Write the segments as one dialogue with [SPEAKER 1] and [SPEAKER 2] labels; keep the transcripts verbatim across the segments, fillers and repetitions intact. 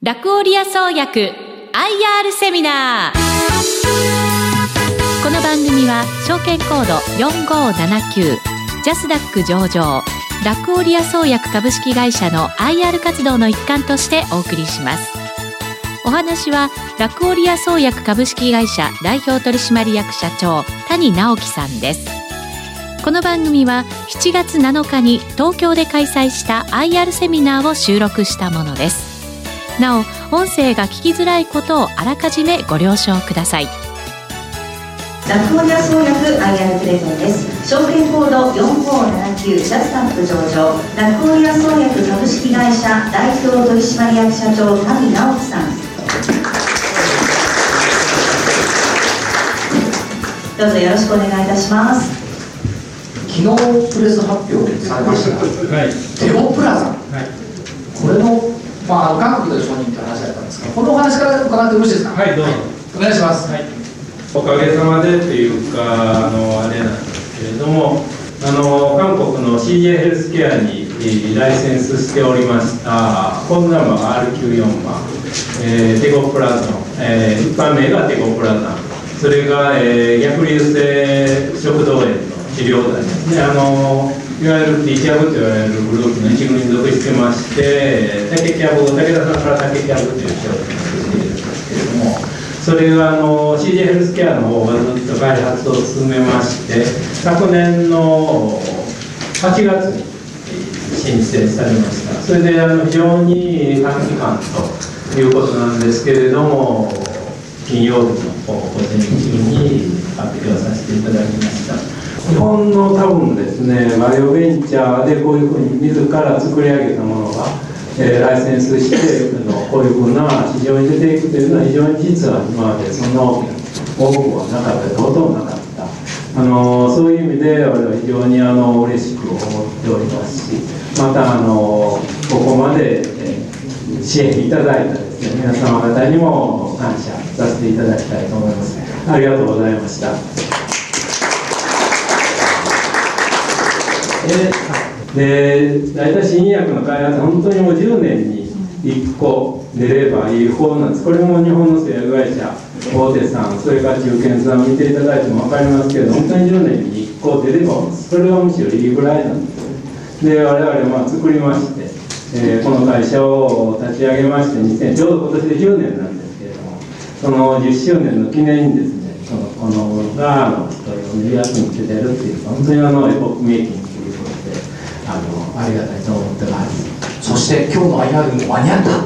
[SPEAKER 1] ラクオリア創薬 アイアール セミナー。この番組は証券コードよんごーななきゅうジャスダック上場ラクオリア創薬株式会社の アイアール 活動の一環としてお送りします。お話はラクオリア創薬株式会社代表取締役社長谷直樹さんです。この番組はしちがつなのかに東京で開催した アイアール セミナーを収録したものです。なお音声が聞きづらいことをあらかじめご了承ください。
[SPEAKER 2] ラクオリア創薬 アイアール プレゼンです。証券コードよんごーななきゅうジャスダック上場ラクオリア創薬株式会社代表取締役社長谷直樹さん、どうぞよろしくお願いいたします。
[SPEAKER 3] 昨日プレス発表されました、はい、テボプラザ、はい、これの、まあ、韓国で承認という話だったんですが、このお話から伺ってよろしいですか。はい、どうぞ、はい、お願いします。はい、
[SPEAKER 4] おかげさまでというか、あのあれなんですけれども、あの韓国の シージェー ヘルスケアにライセンスしておりましたコンナンバー アールきゅうよんばん、えー、テゴプラゾン、えー、一般名がテゴプラザン、それが、えー、逆流性食道炎の治療剤ですね。あのいわゆる ティーキャブ と言われるグループの一軍に属してまして、タケキャブ、武田さんからタケキャブという商品をしているんですけれども、それがあの シージェー ヘルスケアの方がずっと開発を進めまして、昨年のはちがつに申請されました。それであの非常に短期間ということなんですけれども、金曜日の午前中に発表させていただきました。日本の多分ですね、バイオベンチャーでこういうふうに自ら作り上げたものが、えー、ライセンスしてのこういうふうな市場に出ていくというのは非常に実は今までそんな大きな多くはなかったほとんどなかった、あのー、そういう意味で我々は非常にあの嬉しく思っておりますし、またあのー、ここまで、えー、支援いただいたですね皆様方にも感謝させていただきたいと思います。ありがとうございました。で大体新薬の開発は本当にもうじゅうねんにいっこ出ればいい方なんです。これも日本の製薬会社大手さん、それから中堅さん見ていただいても分かりますけど、本当にじゅうねんにいっこ出ればそれはむしろいいぐらいなんです。で我々はまあ作りまして、えー、この会社を立ち上げましてにせんちょうど今年でじゅうねんなんですけれども、そのじゅっしゅうねんの記念にですね、そのこのものがあの一人を練り役に出てるっていう本当にあのエポックメイキングあのありがたいと思ってます。
[SPEAKER 3] そして今日の アイアール にも間に合ったはい、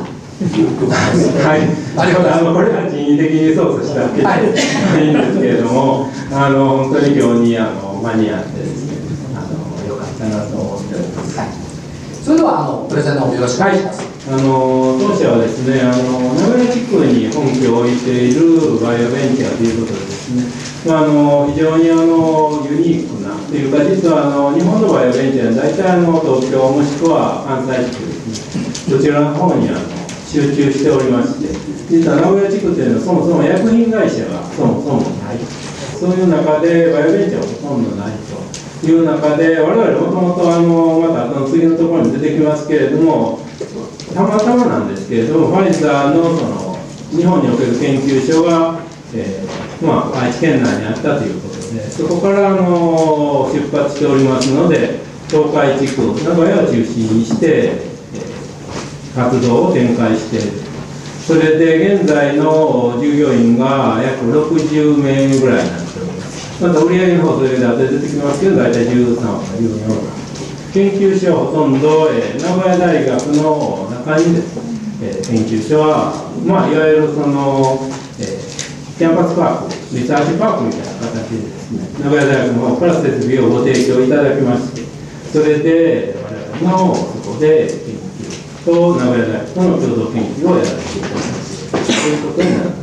[SPEAKER 4] ありがとうございます。これは人為的に操作したわけじゃないんですけれども、あの本当に今日にあの間に合ってですね、あのよかったなと思っております。はい、
[SPEAKER 3] それではあのプレゼンの方よろしくお願いします。
[SPEAKER 4] はい、あの当社はですね、あの名古屋地区に本拠を置いているバイオベンチャーということでですね、まあ、あの非常にあのユニークなというか、実はあの日本のバイオベンチャーは大体あの東京もしくは関西地区ですね、どちらの方にあの集中しておりまして、実は名古屋地区というのはそもそも薬品会社がそもそもない、そういう中でバイオベンチャーはほとんどないという中で、我々もともとあのまたあの次のところに出てきますけれども、たまたまなんですけれども、ファイザーのその日本における研究所が、えーまあ、愛知県内にあったということで、そこからあの出発しておりますので、東海地区、名古屋を中心にして、えー、活動を展開している。それで現在の従業員が約ろくじゅうめいぐらいになっております。また売上の方、それで後で出てきますけど、大体じゅうさんわかじゅうよんわ。研究所はほとんど、えー、名古屋大学の中にですね、えー、研究所は、まあ、いわゆるその、えー、キャンパスパーク、リサーチパークみたいな形でですね、名古屋大学の方から設備をご提供いただきまして、それで我々のそこで研究と名古屋大学との共同研究をやらせていただきますということになります。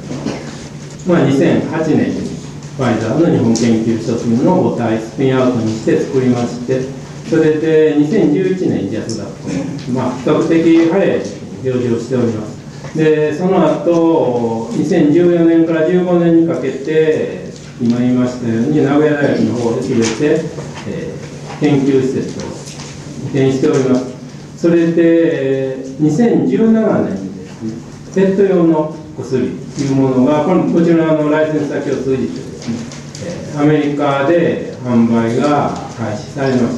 [SPEAKER 4] まあ、にせんはちねんにファイザーの日本研究所というのを母体スピンアウトにして作りまして、それでにせんじゅういちねんにジャスダック、まあ、比較的早い時期に上場しております。でその後にせんじゅうよねんからじゅうごねんにかけて、今言いましたように名古屋大学の方で全て、えー、研究施設を移転しております。それでにせんじゅうななねんにですね、 ペット用の薬というものが、これこちらのライセンス先を通じてですね、アメリカで販売が開始されました。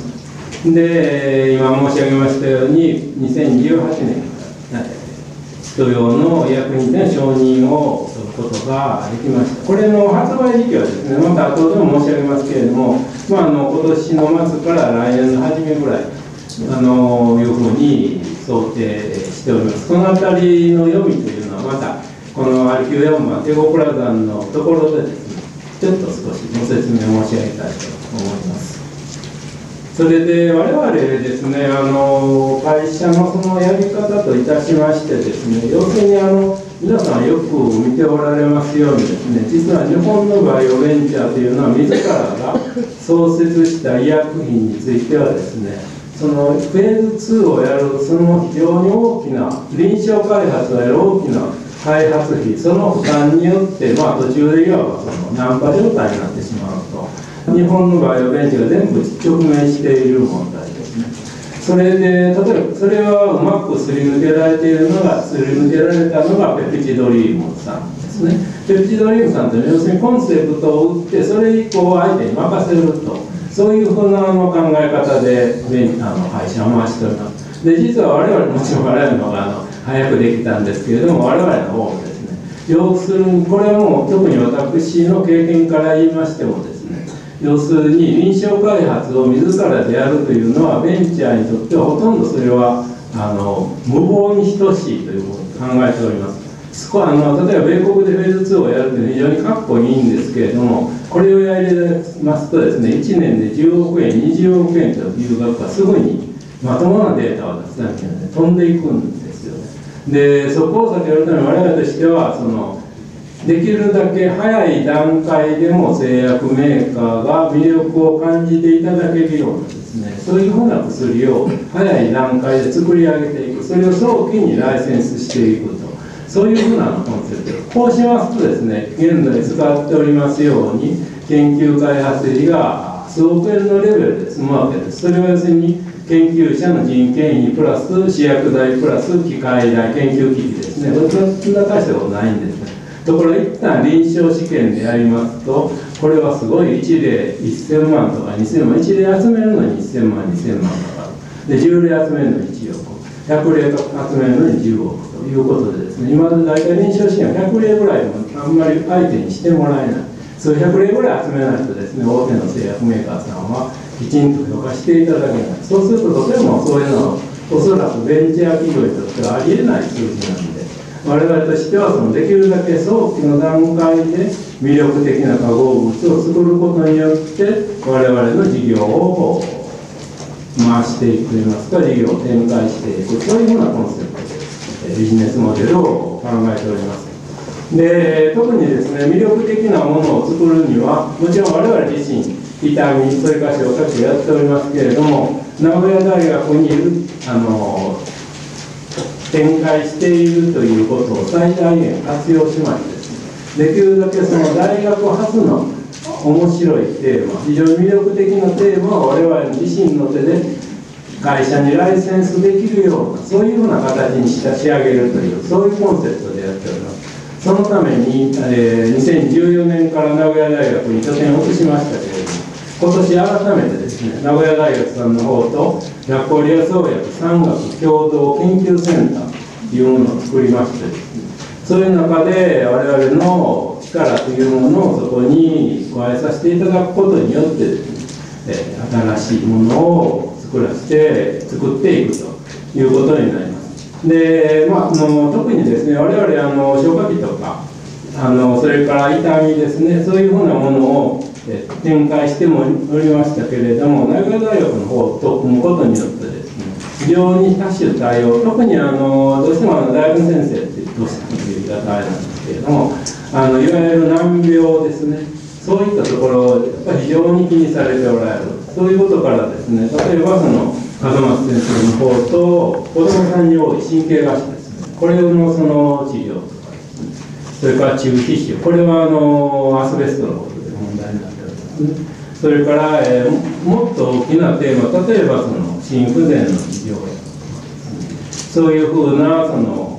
[SPEAKER 4] で、今申し上げましたように、にせんじゅうはちねんから人用の医薬品での承認をすることができました。これの発売時期はですね、また後でも申し上げますけれども、まあ、あの今年の末から来年の初めぐらい、あのいうふうに想定しております。このあたりの読みというのは、またこの アールきゅうじゅうよん 番テゴプラザンのところでですね、ちょっと少しご説明申し上げたいと思います。それで我々ですね、あの会社のそのやり方といたしましてですね、要するにあの皆さんよく見ておられますようにですね、実は日本のバイオベンチャーというのは自らが創設した医薬品についてはですね、そのフェーズツーをやるその非常に大きな臨床開発をやる大きな開発費、その負担によって、まあ、途中でいわばそのナンパ状態になってしまうと、日本のバイオベンチャーが全部直面している問題ですね。それで例えばそれはうまくすり抜けられているのがすり抜けられたのがペプチドリームさんですね。ペプチドリームさんというのは要するにコンセプトを打ってそれ以降相手に任せると、そういうふうなの考え方であの会社を回しております。で実は我々もちろん我々の方があの早くできたんですけれども、我々の方もですね、要するにこれはもう特に私の経験から言いましてもですね、要するに臨床開発を自らでやるというのはベンチャーにとってはほとんどそれはあの無謀に等しいということを考えております。そこはあの例えば米国でフェーズツーをやるというのは非常にかっこいいんですけれども、これをやりますとですね、いちねんでじゅうおくえんにじゅうおくえんという額がすぐにまともなデータを出すために飛んでいくんですよね。でそこを避けるために我々としてはそのできるだけ早い段階でも製薬メーカーが魅力を感じていただけるようなですね、そういうふうな薬を早い段階で作り上げていく、それを早期にライセンスしていくと、そういうふうなコンセプト。こうしますとですね、現在使っておりますように研究開発費が数億円のレベルで済むわけです。それは要するに研究者の人件費プラス試薬代プラス機械代、研究機器ですね、そんな大したことないんですね。ところが一旦臨床試験でやりますと、これはすごいいち例せんまんとかにせんまん、いち例集めるのにせんまんにせんまんかかる。でじゅう例集めるのにいちおく、ひゃく例集めるのにじゅうおくということでですね、今まで大体臨床試験はひゃく例ぐらいもあんまり相手にしてもらえない。そういうひゃく例ぐらい集めないとですね、大手の製薬メーカーさんはきちんと評価していただけない。そうするととてもそういうのはおそらくベンチャー企業にとってはありえない数字なんで、我々としてはそのできるだけ早期の段階で魅力的な化合物を作ることによって我々の事業を回していくといいますか、事業を展開していく、そういうふうなコンセプトでビジネスモデルを考えております。で特にですね、魅力的なものを作るにはもちろん我々自身痛み、それから消化器をやっておりますけれども、名古屋大学にいるあの展開しているということを最大限活用しましてですね、できるだけその大学初の面白いテーマ、非常に魅力的なテーマを我々自身の手で会社にライセンスできるような、そういうふうな形に仕上げるという、そういうコンセプトでやっております。そのために、えー、にせんじゅうよねんから名古屋大学に拠点を移しましたけれども、今年改めてですね、名古屋大学さんの方とラコリア創薬産学共同研究センターというものを作りましてですね、そういう中で我々の力というものをそこに加えさせていただくことによってですね、えー、新しいものを作らせて作っていくということになります。で、まあ、あの特にですね、我々あの消化器とかあのそれから痛みですね、そういうふうなものをえ展開してもおりましたけれども、名古屋大学の方と組むことによってですね、非常に多種多様、特にあのどうしてもあの大学の先生ってどうしてもという言い方あれなんですけれども、あのいわゆる難病ですね、そういったところをやっぱり非常に気にされておられる。そういうことからですね、例えばその門松先生の方と子どもさんに多い神経芽腫ですね、これのその治療とかですね、それから中皮腫、これはあのアスベストのことで問題になっておりますね。それから、えー、もっと大きなテーマ、例えばその心不全の治療やとかですね、そういうふうなその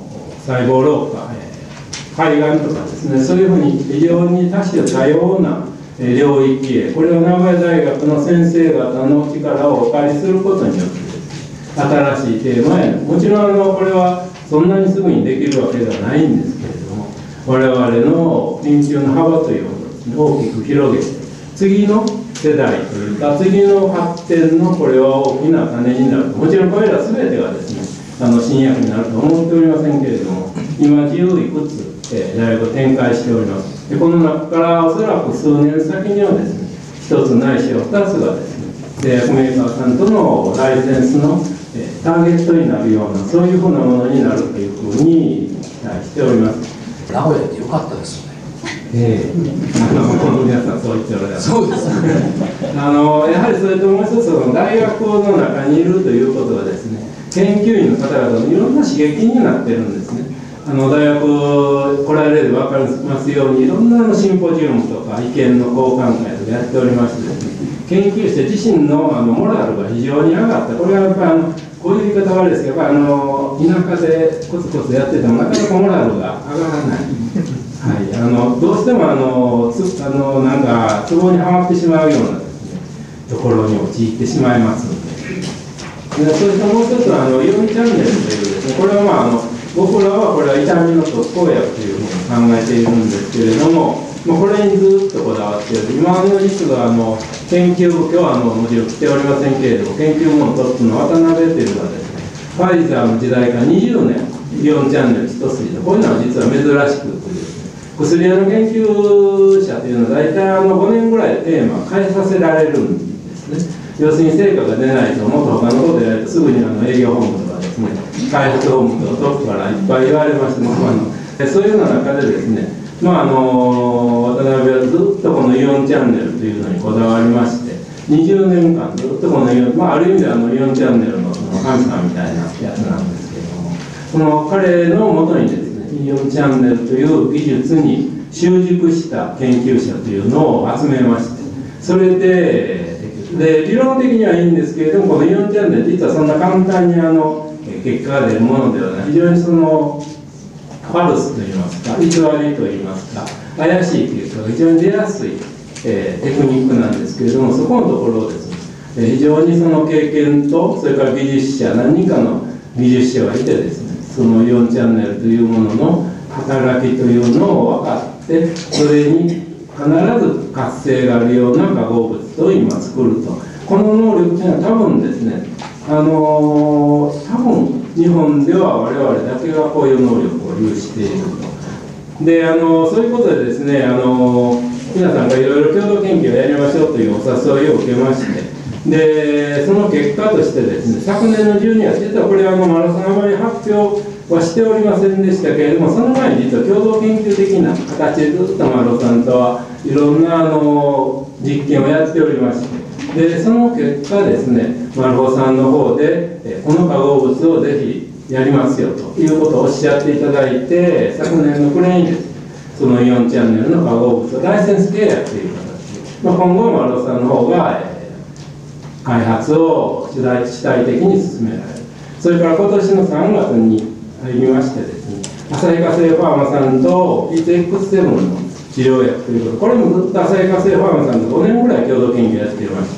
[SPEAKER 4] 細胞老化、えー、肺がんとかですね、そういうふうに非常に多種多様な領域へ、これを名古屋大学の先生方の力をお借りすることによってですね、新しいテーマへ、もちろんあのこれはそんなにすぐにできるわけではないんですけれども、我々の研究の幅というものをですね、大きく広げて、次の世代というか、次の発展のこれは大きな種になると。もちろんこれら全てがですね、あの新薬になると思っておりませんけれども、今じゅういくつ、えー、大学を展開しております。でこの中からおそらく数年先にはですね、一つないしは二つがですね、製薬メーカーさんとのライセンスの、えー、ターゲットになるような、そういうふうなものになるというふうに期待しております。
[SPEAKER 3] 名古屋って良かったですよね。
[SPEAKER 4] ええ、あの皆さんそう言っておられます。
[SPEAKER 3] そうですね。
[SPEAKER 4] あのやはりそれともう一つ、の大学の中にいるということはですね、研究員の方々のいろんな刺激になってるんですね。あの大学来られれば分かりますように、いろんなシンポジウムとか意見の交換会とかやっておりましてですね、研究して自身のあのモラルが非常に上がった。これはやっぱりあのこういう言い方はあれですけど、やっぱりあの田舎でコツコツやっててもなかなかモラルが上がらない。はい、あのどうしてもあのつあのなんかツボにはまってしまうようなですね、ところに陥ってしまいますので、でそれともう一つはあのイオンチャンネルというですね、これはまああの僕らはこれは痛みの特効薬というふうに考えているんですけれども、まあ、これにずっとこだわっている。今の実はあの研究部、今日はあのもちろん来ておりませんけれども、研究部のトップの渡辺というのはですね、ファイザーの時代からにじゅうねんイオンチャンネル一筋で、こういうのは実は珍しくてですね、薬屋の研究者というのは大体あのごねんぐらいでテーマを変えさせられるんですね。要するに成果が出ないと、もっと他のことをやるとすぐにあの営業本部とかですね、開発本部とかトップからいっぱい言われまして、もあのそういうような中でですね、まああの渡辺はずっとこのイオンチャンネルというのにこだわりまして、にじゅうねんかんずっとこのイオン、まあ、ある意味であのイオンチャンネルのその神様みたいなやつなんですけれども、その彼のもとにですね、イオンチャンネルという技術に習熟した研究者というのを集めまして、それでで理論的にはいいんですけれども、このイオンチャンネル実はそんな簡単にあの結果が出るものではない、非常にそのファルスといいますか、偽りといいますか、怪しい結果が非常に出やすい、えー、テクニックなんですけれども、そこのところをですね、えー、非常にその経験と、それから技術者、何人かの技術者がいてですね、そのイオンチャンネルというものの働きというのを分かって、それに必ず活性があるような化合物を今作ると。この能力というのは多分ですね、あのー、多分日本では我々だけがこういう能力を有していると。で、あのー、そういうことでですね、あのー、皆さんがいろいろ共同研究をやりましょうというお誘いを受けまして、でその結果としてですね、昨年のじゅうにがつ、実はこれはあのマラソンあまり発表はしておりませんでしたけれども、その前に実は共同研究的な形でずっとマロさんとはいろんなあの実験をやっておりまして、でその結果ですね、マルホさんの方でえこの化合物をぜひやりますよということをおっしゃっていただいて、昨年の暮れにですね、そのイオンチャンネルの化合物をライセンス契約という形で、まあ、今後マルホさんの方が、えー、開発を主体主体的に進められる。それから今年のさんがつに入りましてですね、旭化成ファーマさんと イーツエックスセブン の治療薬ということ、これもずっと旭化成ファーマさんとごねんぐらい共同研究やっていまして、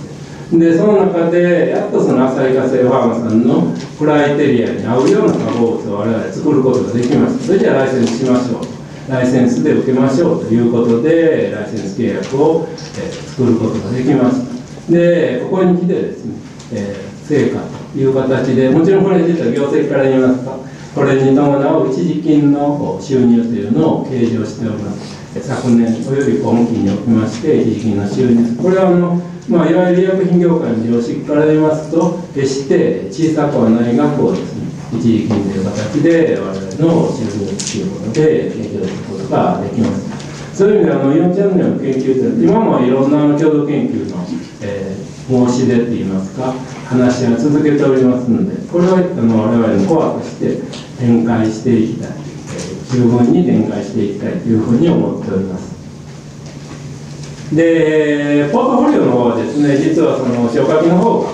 [SPEAKER 4] でその中でやっとその旭化成ファーマさんのクライテリアに合うような化合物を我々作ることができました。それじゃあライセンスしましょう、ライセンスで受けましょうということでライセンス契約を、えー、作ることができました。でここに来てですね、えー、成果という形で、もちろんこれ実は業績から言いますと、これに伴う一時金の収入というのを計上しております。昨年および今期におきまして一時金の収入、これはあの、まあ、いわゆる医薬品業界の常識から言いますと、決して小さくはない額をですね、一時金という形で我々の収入ということで計上することができます。そういう意味であのイオンチャンネルの研究というのは、今もいろんな共同研究の、えー、申し出といいますか、話は続けておりますので、これはあの我々のコアとして展開していきたい、えー、十分に展開していきたいというふうに思っております。で、ポートフォリオの方はですね、実はその消化器の方が、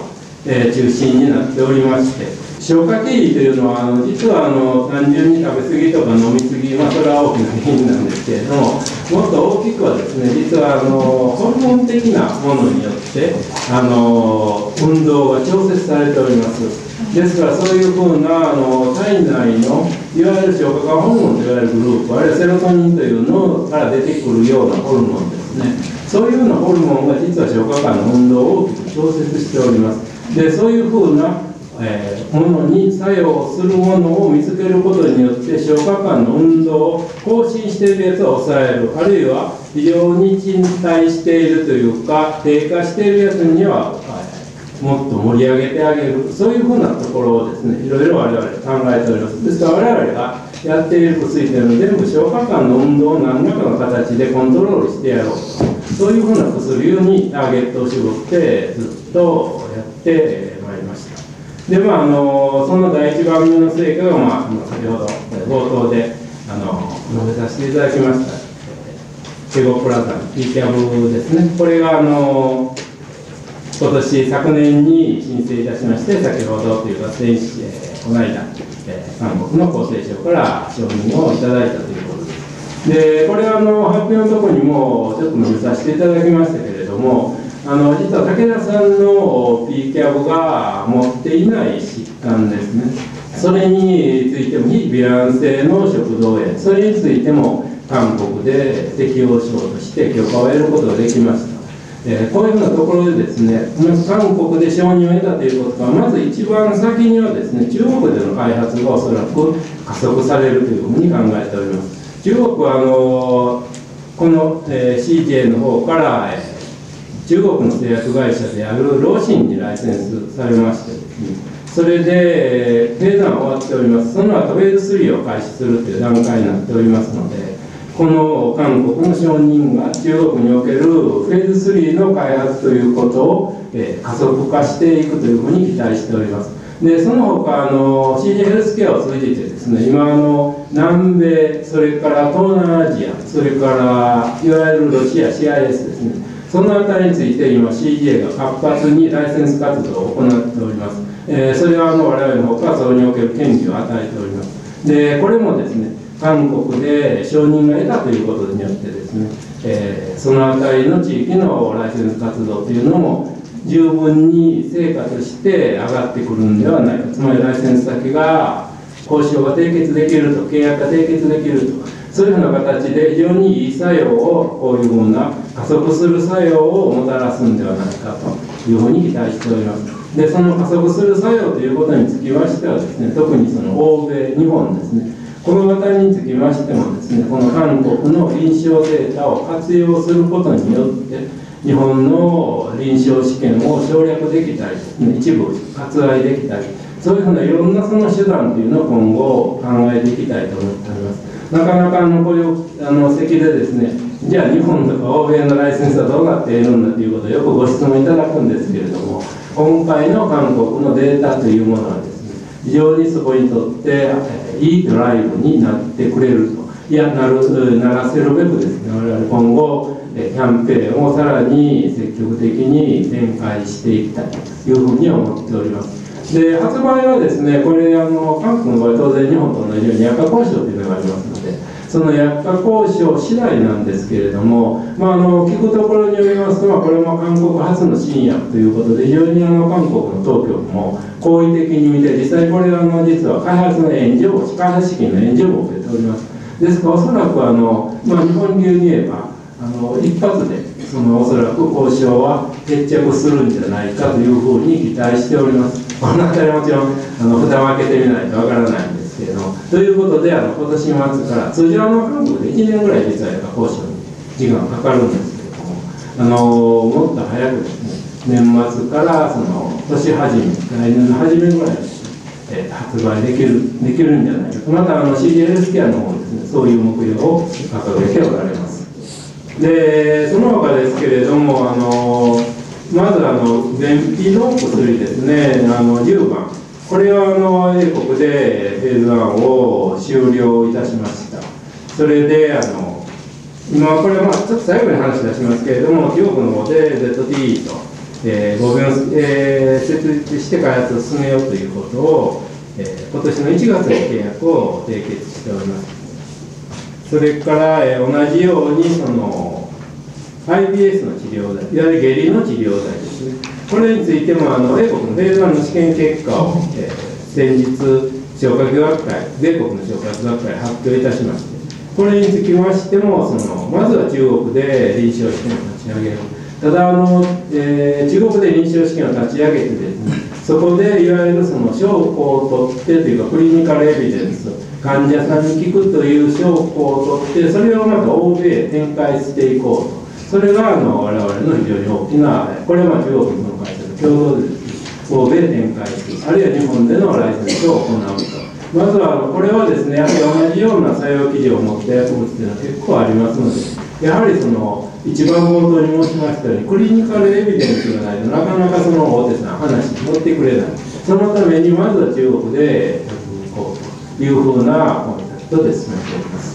[SPEAKER 4] えー、中心になっておりまして、消化器というのはあの実はあの単純に食べ過ぎとか飲み過ぎ、まあ、それは大きな原因なんですけれども、もっと大きくはですね、実はあのホルモン的なものによってあの運動が調節されております。ですからそういうふうなあの体内のいわゆる消化管ホルモンといわれるグループ、あるいはセロトニンというのから出てくるようなホルモンですね、そういうようなホルモンが実は消化管の運動を大きく調節しております。でそういうふうなえー、ものに作用するものを見つけることによって消化管の運動を更新しているやつを抑える、あるいは非常に沈滞しているというか低下しているやつには、えー、もっと盛り上げてあげる、そういうふうなところをですねいろいろ我々考えております。ですから我々がやっている薬というのは全部消化管の運動を何らかの形でコントロールしてやろうと、そういうふうな薬にターゲットを絞ってずっとやってまいりました。でまあ、あのその第一番目の成果が、まあ、先ほど冒頭であの述べさせていただきましたテゴプラザン ピーキャブ ですね。これがあの今年昨年に申請いたしまして、先ほどというか先週、えー、この間、えー、韓国の厚生省から承認をいただいたということです。でこれはあの発表のところにもちょっと述べさせていただきましたけれども、あの実は武田さんの ピーキャブ が持っていない疾患ですね、それについても非ヴィラン性の食道炎、それについても韓国で適用症として許可を得ることができました。えー、こういうふうなところでですね、韓国で承認を得たということが、まず一番先にはですね、中国での開発がおそらく加速されるというふうに考えております。中国はあのこの、えー、シージェー の方から、えー中国の製薬会社であるローシンにライセンスされましてですね、それでフェーズワン終わっております。その後フェーズスリーを開始するという段階になっておりますので、この韓国の承認が中国におけるフェーズスリーの開発ということを、えー、加速化していくというふうに期待しております。でその他あの シージェー ヘルスケアを通じてですね、今あの南米、それから東南アジア、それからいわゆるロシア シーアイエス ですね、そのあたりについて今 シージェー が活発にライセンス活動を行っております。えー、それはあの我々の方からそれにおける権利を与えております。でこれもですね、韓国で承認が得たということによってですね、えー、そのあたりの地域のライセンス活動というのも十分に成果として上がってくるんではないか、つまりライセンス先が交渉が締結できると、契約が締結できると、そういうふうな形で非常にいい作用を、こういうふうな加速する作用をもたらすんではないかというふうに期待しております。でその加速する作用ということにつきましてはですね、特にその欧米、日本ですね、このあたりにつきましてもですね、この韓国の臨床データを活用することによって日本の臨床試験を省略できたりですね、一部割愛できたり、そういうふうないろんなその手段というのを今後考えていきたいと思っております。なかなかあのこういうあの席でですね、じゃあ日本とか欧米のライセンスはどうなっているんだということをよくご質問いただくんですけれども、今回の韓国のデータというものはですね、非常にそこにとっていいドライブになってくれると、いやなるならせるべくですね、我々今後キャンペーンをさらに積極的に展開していきたいというふうに思っております。で発売はですね、これあの韓国の場合当然日本と同じように薬価交渉というのがありますので、その薬価交渉次第なんですけれども、まあ、あの聞くところによりますと、まあ、これも韓国初の新薬ということで非常にあの韓国の当局も好意的に見て、実際これはあの実は開発の援助を開発資金の援助を受けております。ですからおそらくあの、まあ、日本流に言えばあの一発でそのおそらく交渉は決着するんじゃないかというふうに期待しております。この辺りもちろんあの蓋を開けてみないとわからないんですけれども、ということであの今年末から通常の韓国でいちねんぐらい実は交渉に時間がかかるんですけれども、あのもっと早くですね、年末からその年始め、来年の初めぐらいに、えー、発売できるできるんじゃないかと、またあの シージェー ヘルスケアの方ですね、そういう目標を掲げておられます。でその他ですけれども、あのまずあの便秘の薬ですね、あのじゅうばん、これはあの英国でフェーズワンを終了いたしました。それであの今これはまあちょっと最後に話し出しますけれども、中国の方で ゼットティー とえー、合弁を、えー、設立して開発を進めようということを、えー、今年のいちがつに契約を締結しております。それから、えー、同じようにその アイビーエス の治療剤、いわゆる下痢の治療剤ですね、これについてもあの米国のフェーズワンの試験結果を、えー、先日消化器学会、米国の消化器学会発表いたしまして、これにつきましてもそのまずは中国で臨床試験を立ち上げる。ただあの、えー、中国で臨床試験を立ち上げてですね、そこでいわゆるその証拠を取ってというかクリニカルエビデンス、患者さんに効くという証拠を取ってそれをまた欧米へ展開していこうと。それがあの我々の非常に大きな、これはまあ中国の会社と共同でですね、欧米へ展開する、あるいは日本でのライセンスを行うと。まずはこれはですね、やはり同じような作用基準を持った薬物というのは結構ありますので、やはりその一番冒頭に申しましたようにクリニカルエビデンスがないとなかなかその大手さん話に乗ってくれない。そのためにまずは中国でやっていこうというふうなコンセプトで進めております。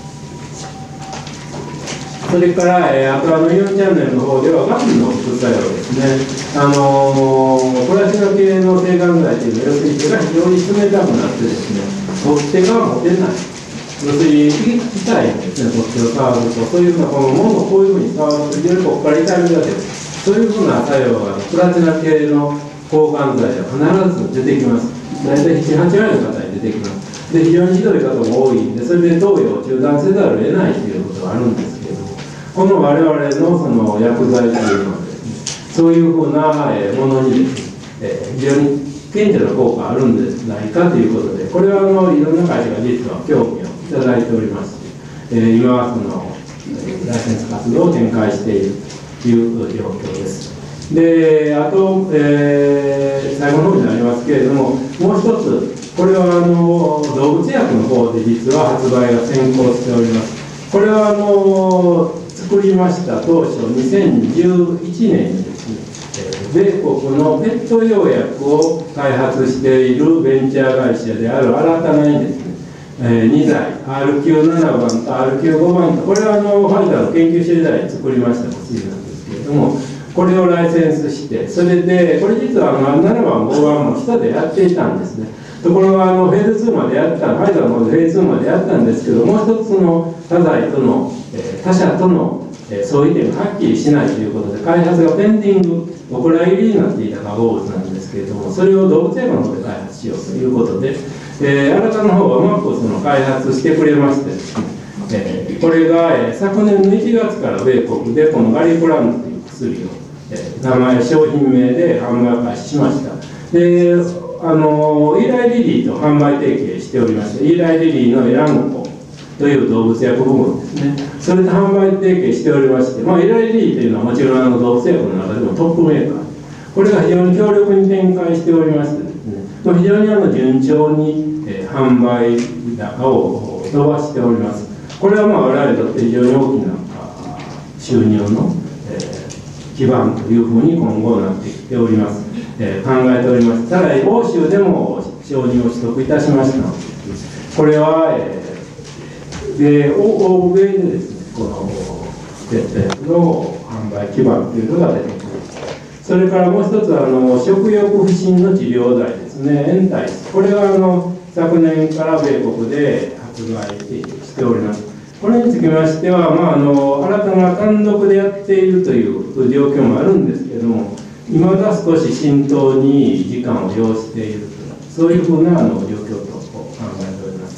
[SPEAKER 4] それから、えー、あとあのイオンチャンネルの方ではがんの副作用ですね、あのー、プラチナ系の性がん剤というのは要するに手が非常に冷たくなってですね、取っ手が持てない、要するに痛いんですね、取っ手を触ると、そういうふうなこのものをこういうふうに触ると非常にここから痛みが出る、そういうふうな作用がプラチナ系の抗がん剤では必ず出てきます。大体なな、はちわりの方に出てきます。で非常にひどい方も多いんで、それで投与を中断せざるを得ないということがあるんですけれども、この我々のその薬剤というのはですね、そういうふうなものにですね、えー、非常に顕著な効果があるんではないかということで、これはあのいろんな会社が実は興味をいただいておりますし、えー、今はそのライセンス活動を展開しているという状況です。で、あと、えー、最後の方になりますけれども、もう一つ、これはあの動物薬の方で実は発売が先行しております。これはあの作りました当初にせんじゅういちねんにですね、米国のペット用薬を開発しているベンチャー会社である新たなにですね、えー、に剤 アールきゅうななばんと アールきゅうごばんと、これはあのファイザーの研究所時代に作りました薬なんですけれども、これをライセンスして、それでこれ実はあのななばんごばんも下でやっていたんですね。ところがあのフェーズツーまでやった、ファイザーの方でフェーズツーまでやったんですけど、もう一つの他剤との、えー、他社との、えー、相違点がはっきりしないということで、開発がペンディング、お蔵入りになっていた化合物なんですけれども、それを動物薬の方で開発しようということで、えー、新たな方がうまくその開発してくれましてですね、えー、これが、えー、昨年のいちがつから米国でこのガリプランという薬を、えー、名前、商品名で販売開始しました。であのイーライリリーと販売提携しておりまして、イーライリリーのエランコという動物薬部門ですね、それと販売提携しておりまして、まあ、イーライリリーというのはもちろんあの動物薬の中でもトップメーカー、これが非常に強力に展開しておりましてですね、まあ、非常にあの順調に、えー、販売高を飛ばしております。これはまあ我々にとって非常に大きな収入の、えー、基盤というふうに今後なってきております。えー、考えております。さらに欧州でも承認を取得いたしましたので、これは、えー、で欧米でですね、このペット薬の販売基盤というのが出てきます。それからもう一つはあの食欲不振の治療剤ですね、エンタイス、これはあの昨年から米国で発売しております。これにつきましては、まあ、あの新たな単独でやっているという状況もあるんですけれども、今だ少し浸透に時間を要していると、そういうふうなあの状況と考えております。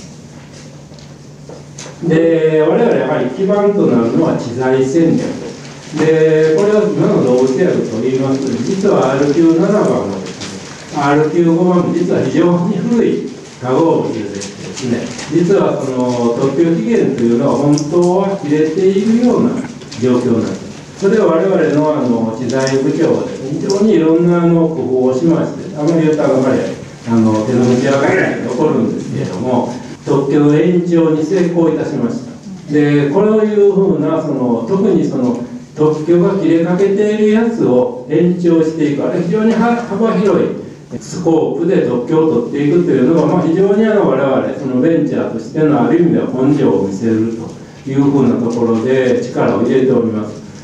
[SPEAKER 4] で、我々やはり基盤となるのは知財戦略で、これは今の動物薬といいますと、実は アールきゅうななばんもですね、アールきゅうごばんも実は非常に古い化合物でですね、実はその特許期限というのは本当は切れているような状況なんです。それを我々のあの知財部長はですね、非常にいろんなあの工夫をしまして、あまり言うとあのあの手の内は限らないで起こるんですけれども、特許延長に成功いたしました。で、こういうふうなその特にその特許が切れかけているやつを延長していく、あれ非常に幅広いスコープで特許を取っていくというのが、まあ、非常にあの我々そのベンチャーとしてのある意味では根性を見せるというふうなところで力を入れております。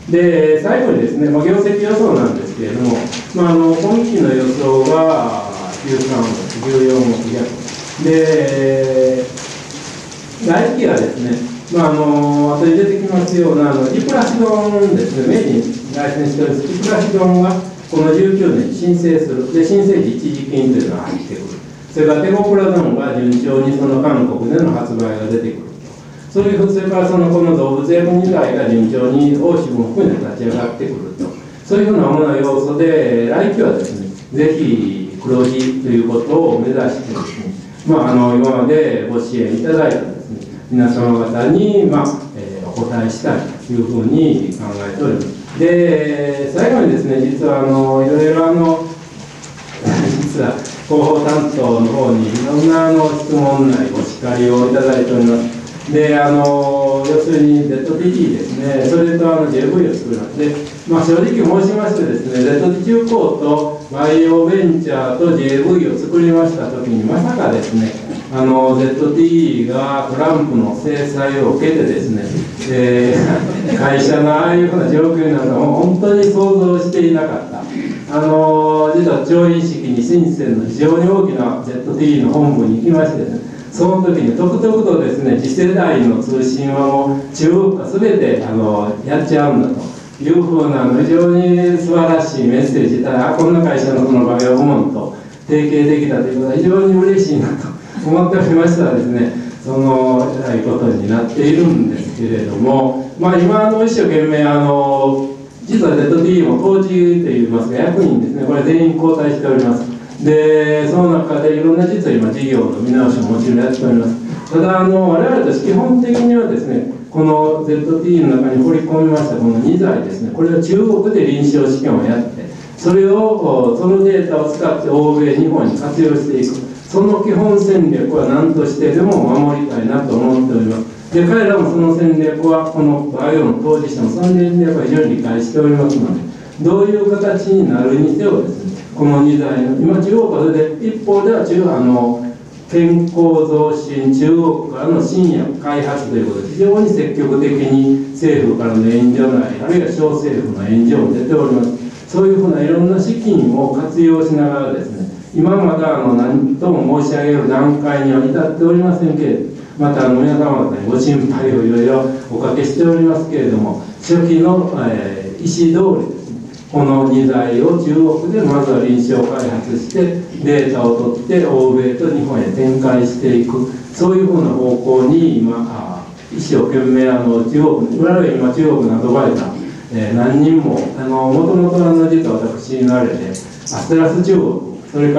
[SPEAKER 4] で最後にですね、まあ、業績予想なんですけれども、まあ、あの今期の予想がじゅうさんおく、じゅうよんおくぎゃくで、来期はですね、まあ、あの後に出てきますようなあのリプラシドンですね、メインにライセンスしておりますリプラシドンがこのじゅうきゅうねんに申請する、で申請時一時金というのが入ってくる、それからテゴプラゾンが順調にその韓国での発売が出てくる。そういう、それからそのこの動物薬二剤が順調に欧州も含めて立ち上がってくると、そういうふうな主な要素で、来期はですね、ぜひ黒字ということを目指してですね、まあ、あの今までご支援いただいたですね、皆様方に、まあえー、お答えしたいというふうに考えております。で、最後にですね、実はあのいろいろあの実は広報担当の方にいろんなあの質問なりお叱りをいただいております。で、あの要するに ゼットティーティー ですね、それとあの ジェーブイ を作ります。で、まあ、正直申しましてですね、ゼットティー 中高とバイオベンチャーと ジェーブイ を作りましたときに、まさかですね、あの ゼットティー がトランプの制裁を受けてですね、えー、会社のああいうふうな状況になるのを本当に想像していなかった。あの実は調印式に深センの非常に大きな ゼットティー の本部に行きましてですね、その時にとくとくとですね、次世代の通信はもう中国が全てあのやっちゃうんだというふうな非常に素晴らしいメッセージ、ただこんな会社のこのバイオ部門と提携できたということは非常に嬉しいなと思っておりましたらですね、そのえらいことになっているんですけれども、まあ、今の一生懸命あの実は ゼットティー も当時といいますか役員ですね、これ全員交代しております。で、その中でいろんな実は今事業の見直しももちろんやっております。ただあの我々として基本的にはですね、この ゼットティー の中に掘り込みましたこのに剤ですね、これは中国で臨床試験をやって、それをそのデータを使って欧米日本に活用していく、その基本戦略は何としてでも守りたいなと思っております。で、彼らもその戦略はこのバイオの当事者もその戦略は非常に理解しておりますので、どういう形になるにせよですね、このに剤の今中国はそれで一方では中あの健康増進中国からの新薬開発ということで非常に積極的に政府からの援助なりあるいは小政府の援助も出ております。そういうふうないろんな資金を活用しながらですね、今まだあの何とも申し上げる段階には至っておりませんけれど、またあの皆様方にご心配をいろいろおかけしておりますけれども、初期の、えー、意思通りですね、このに剤を中国でまずは臨床開発してデータを取って欧米と日本へ展開していく、そういうふうな方向に今あ一生懸命あの中国我々今中国のアドバイザー、えー、何人もあのもともと実は私のあれでアステラス中国、それから、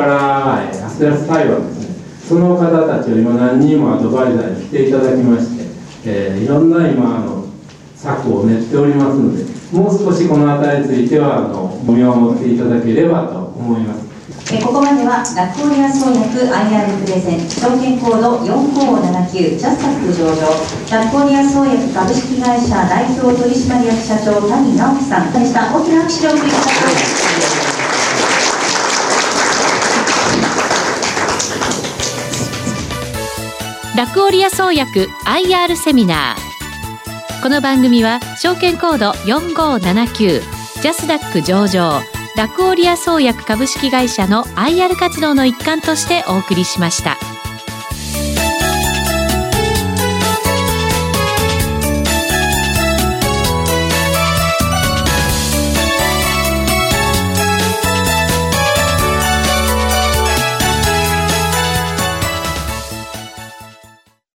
[SPEAKER 4] えー、アステラス台湾ですね、その方たちを今何人もアドバイザーに来ていただきまして、えー、いろんな今あの策を練っておりますので、もう少しこのあたりについてはあの見守っていただければと思います。
[SPEAKER 2] えここまではラクオリア創薬 アイアール プレゼン証券コードよんごーななきゅうジャスタック上場ラクオリア創薬株式会社代表取締役社長谷直樹さんでした。大きな拍手をお送りください。
[SPEAKER 1] ラクオリア創薬 アイアール セミナー。この番組は証券コードよんごーななきゅうジャスダック上場ラクオリア創薬株式会社の アイアール 活動の一環としてお送りしました。